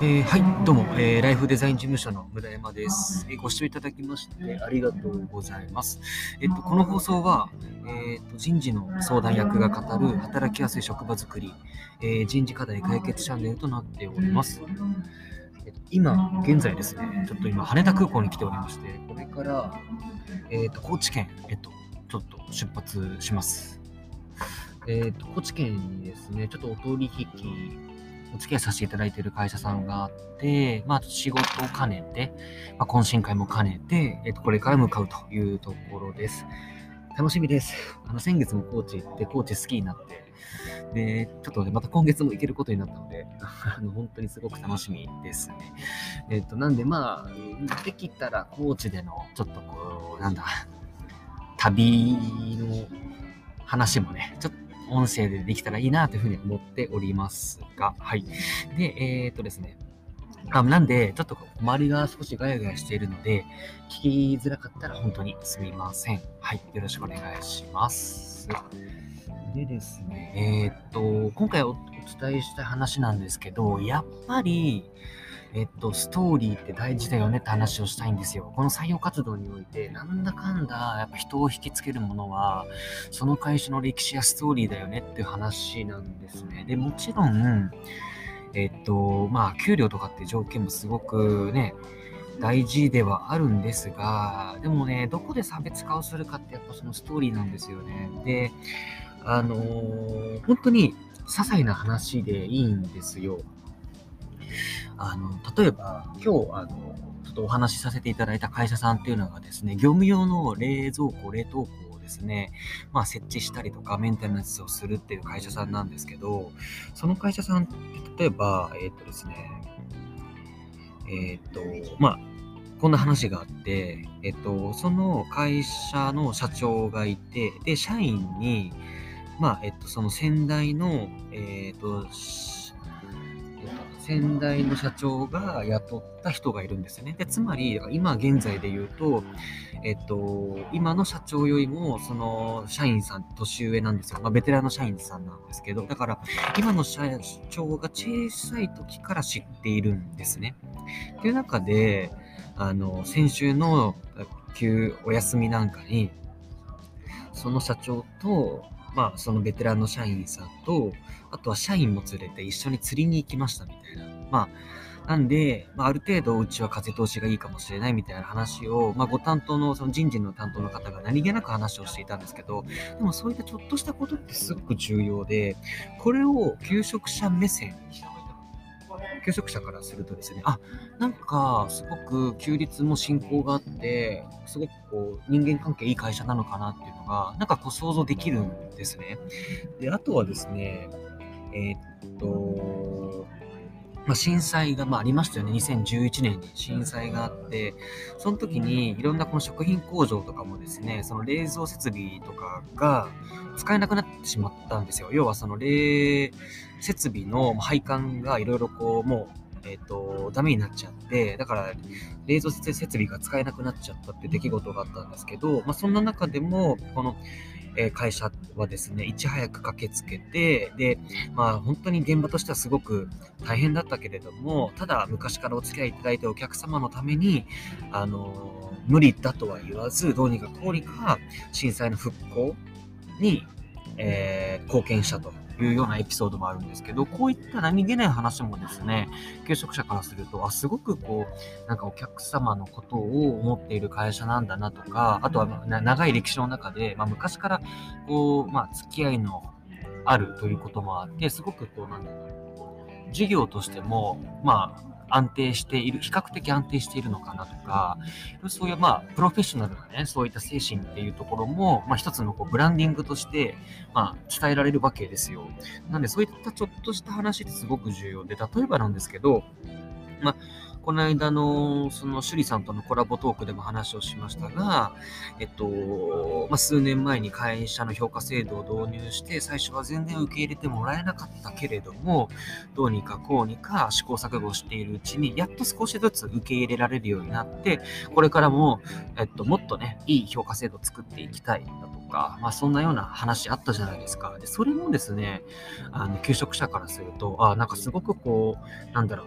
はい、どうも、ライフデザイン事務所の村山です。ご視聴いただきましてありがとうございます。この放送は、人事の相談役が語る働きやすい職場づくり、人事課題解決チャンネルとなっております。今現在ですね、ちょっと今羽田空港に来ておりまして、これから、高知県、ちょっと出発します。高知県にですね、ちょっとお取引お付き合いさせていただいている会社さんがあって、仕事を兼ねて、懇親会も兼ねて、これから向かうというところです。楽しみです。先月も高知行って、高知好きになって、で、ちょっとね、また今月も行けることになったので、本当にすごく楽しみですね。なんでできたら高知での、ちょっと旅の話もね、ちょっと音声でできたらいいなというふうに思っておりますが、はい。で、ですね、なんで、ちょっと周りが少しガヤガヤしているので、聞きづらかったら本当にすみません。はい。よろしくお願いします。でですね、今回お伝えした話なんですけど、やっぱり、ストーリーって大事だよねって話をしたいんですよ。この採用活動において、なんだかんだ、やっぱ人を引きつけるものは、その会社の歴史やストーリーだよねっていう話なんですね。で、もちろん、給料とかって条件もすごくね、大事ではあるんですが、でもね、どこで差別化をするかってやっぱそのストーリーなんですよね。で、本当に些細な話でいいんですよ。例えば、今日、ちょっとお話しさせていただいた会社さんっていうのがですね、業務用の冷蔵庫、冷凍庫をですね、設置したりとか、メンテナンスをするっていう会社さんなんですけど、その会社さんって、例えば、ですね、えっと、まあ、こんな話があって、その会社の社長がいて、で、社員に、その先代の、先代の社長が雇った人がいるんですよね。で、つまり、今現在で言うと、今の社長よりも、その社員さん年上なんですよ。ベテランの社員さんなんですけど、だから、今の社長が小さい時から知っているんですね。っていう中で、先週のお休みなんかに、その社長と、そのベテランの社員さんと、あとは社員も連れて一緒に釣りに行きましたみたいな。なんで、ある程度うちは風通しがいいかもしれないみたいな話を、ご担当のその人事の担当の方が何気なく話をしていたんですけど、でもそういったちょっとしたことってすごく重要で、これを求職者目線、求職者からするとですね、なんかすごく休日も進行があって、すごく人間関係いい会社なのかなっていうのが、なんか想像できるんですね。で、あとはですね、えーっと、震災がありましたよね。2011年に震災があって、その時にいろんなこの食品工場とかもですね、その冷蔵設備とかが使えなくなってしまったんですよ。要はその冷設備の配管がいろいろもう、ダメになっちゃって、だから冷蔵設備が使えなくなっちゃったって出来事があったんですけど、そんな中でも、この会社はですね、いち早く駆けつけて、で、本当に現場としてはすごく大変だったけれども、ただ昔からお付き合いいただいたお客様のために、無理だとは言わず、どうにかこうにか震災の復興に、貢献したというようなエピソードもあるんですけど、こういった何気ない話もですね、求職者からすると、すごくなんかお客様のことを思っている会社なんだなとか、あとは長い歴史の中で、昔から付き合いのあるということもあって、すごくなんだろう、事業としても、安定している、比較的安定しているのかなとか、そういうプロフェッショナルなね、そういった精神っていうところも、一つのブランディングとして、伝えられるわけですよ。なんで、そういったちょっとした話ってすごく重要で、例えばなんですけど、まあ、この間の、その、趣里さんとのコラボトークでも話をしましたが、数年前に会社の評価制度を導入して、最初は全然受け入れてもらえなかったけれども、どうにかこうにか試行錯誤しているうちに、やっと少しずつ受け入れられるようになって、これからも、もっとね、いい評価制度を作っていきたいだとか、そんなような話あったじゃないですか。で、それもですね、求職者からすると、なんかすごくなんだろうな、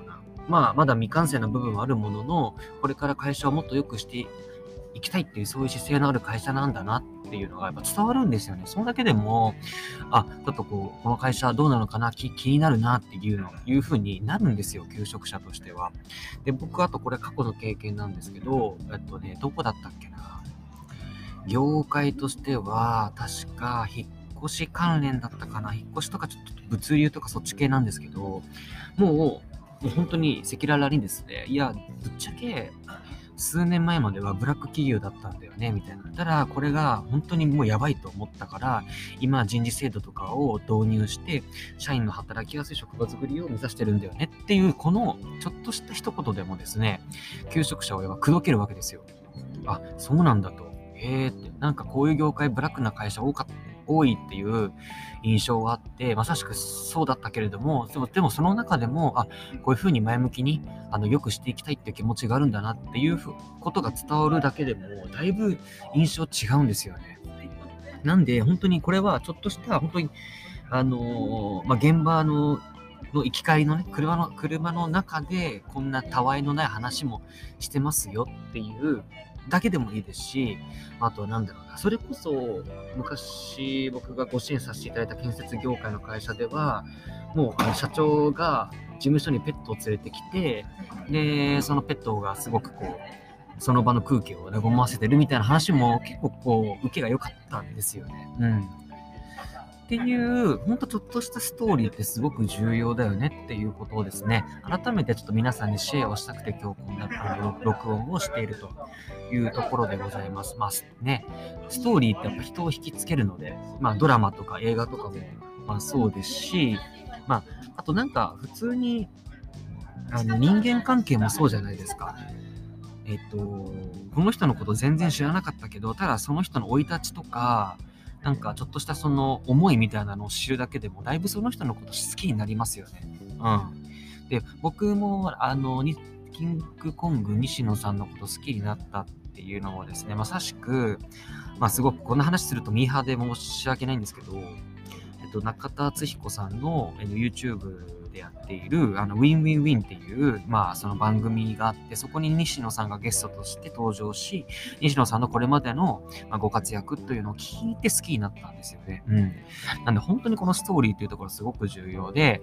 まだ未完成な部分はあるものの、これから会社をもっと良くしていきたいっていう、そういう姿勢のある会社なんだなっていうのがやっぱ伝わるんですよね。それだけでも、ちょっとここの会社どうなのかな、気になるなっていう風になるんですよ、求職者としては。で、僕、あとこれ過去の経験なんですけど、どこだったっけな。業界としては、確か、引っ越し関連だったかな。引っ越しとかちょっと物流とかそっち系なんですけど、もう本当に赤裸々にですね、いや、ぶっちゃけ、数年前まではブラック企業だったんだよね、みたいな。ただ、これが本当にもうやばいと思ったから、今人事制度とかを導入して、社員の働きやすい職場作りを目指してるんだよねっていう、このちょっとした一言でもですね、求職者を口説けるわけですよ。そうなんだと。へーって、なんかこういう業界ブラックな会社多いっていう印象があって、まさしくそうだったけれども、でもその中でも、こういうふうに前向きに、良くしていきたいっていう気持ちがあるんだなっていうことが伝わるだけでも、だいぶ印象違うんですよね。なんで、本当にこれはちょっとした、本当に、現場の行き帰りのね、車の中で、こんなたわいのない話もしてますよっていうだけでもいいですし、あとはなんだろうな、それこそ、昔僕がご支援させていただいた建設業界の会社では、もう社長が事務所にペットを連れてきて、で、そのペットがすごくその場の空気を和ませてるみたいな話も結構受けが良かったんですよね。うん。っていう、ほんとちょっとしたストーリーってすごく重要だよねっていうことをですね、改めてちょっと皆さんにシェアをしたくて今日こんな録音をしているというところでございます。ストーリーってやっぱ人を引きつけるので、ドラマとか映画とかも、そうですし、あとなんか普通に、人間関係もそうじゃないですか。この人のこと全然知らなかったけど、ただその人の生い立ちとか、なんかちょっとしたその思いみたいなのを知るだけでも、だいぶその人のこと好きになりますよね。うん。で、僕も、キングコング西野さんのこと好きになったっていうのもですね、まさしく、すごくこんな話するとミーハーで申し訳ないんですけど、中田敦彦さんの、YouTube でやっている、ウィンウィンウィンっていう、その番組があって、そこに西野さんがゲストとして登場し、西野さんのこれまでの、ご活躍というのを聞いて好きになったんですよね。うん。なんで本当にこのストーリーっていうところすごく重要で、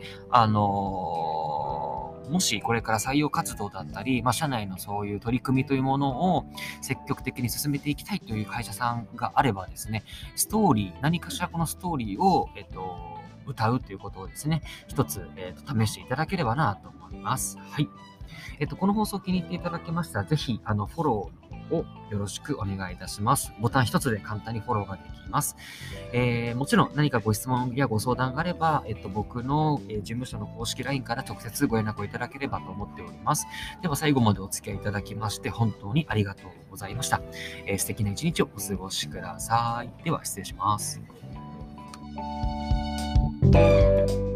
もしこれから採用活動だったり、社内のそういう取り組みというものを積極的に進めていきたいという会社さんがあればですね、何かしらこのストーリーを、歌うということをですね、一つ、試していただければなと思います。はい。この放送を気に入っていただけましたら、ぜひ、フォローをよろしくお願いいたします。ボタン一つで簡単にフォローができます。もちろん何かご質問やご相談があれば、僕の、事務所の公式 LINE から直接ご連絡をいただければと思っております。では最後までお付き合いいただきまして本当にありがとうございました。素敵な一日をお過ごしください。では失礼します。